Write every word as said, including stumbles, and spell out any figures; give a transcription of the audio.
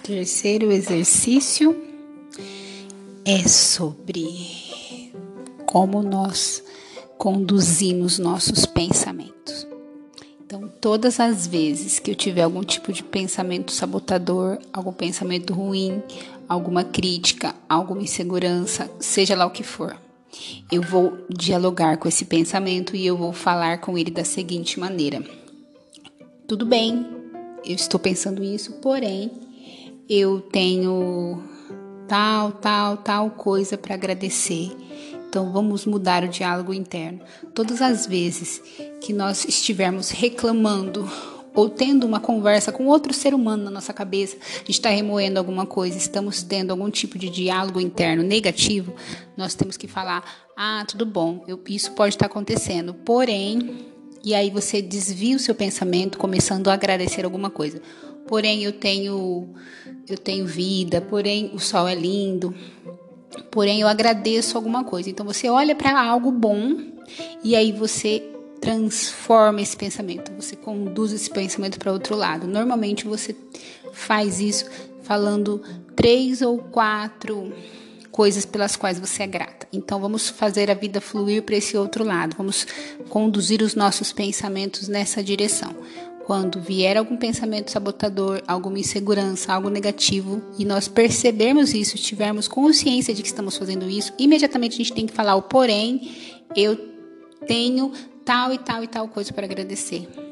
terceiro exercício é sobre como nós conduzimos nossos pensamentos. Então, todas as vezes que eu tiver algum tipo de pensamento sabotador, algum pensamento ruim, alguma crítica, alguma insegurança, seja lá o que for, eu vou dialogar com esse pensamento e eu vou falar com ele da seguinte maneira: tudo bem, eu estou pensando isso, porém, eu tenho tal, tal, tal coisa para agradecer. Então, vamos mudar o diálogo interno. Todas as vezes que nós estivermos reclamando ou tendo uma conversa com outro ser humano na nossa cabeça, a gente está remoendo alguma coisa, estamos tendo algum tipo de diálogo interno negativo, nós temos que falar, ah, tudo bom, eu, isso pode estar acontecendo, porém, e aí você desvia o seu pensamento começando a agradecer alguma coisa. Porém, eu tenho, eu tenho vida, porém, o sol é lindo, porém, eu agradeço alguma coisa. Então, você olha para algo bom e aí você transforma esse pensamento, você conduz esse pensamento para outro lado. Normalmente, você faz isso falando três ou quatro coisas pelas quais você é grata. Então, vamos fazer a vida fluir para esse outro lado. Vamos conduzir os nossos pensamentos nessa direção. Quando vier algum pensamento sabotador, alguma insegurança, algo negativo, e nós percebermos isso, tivermos consciência de que estamos fazendo isso, imediatamente a gente tem que falar o porém, eu tenho tal e tal e tal coisa para agradecer.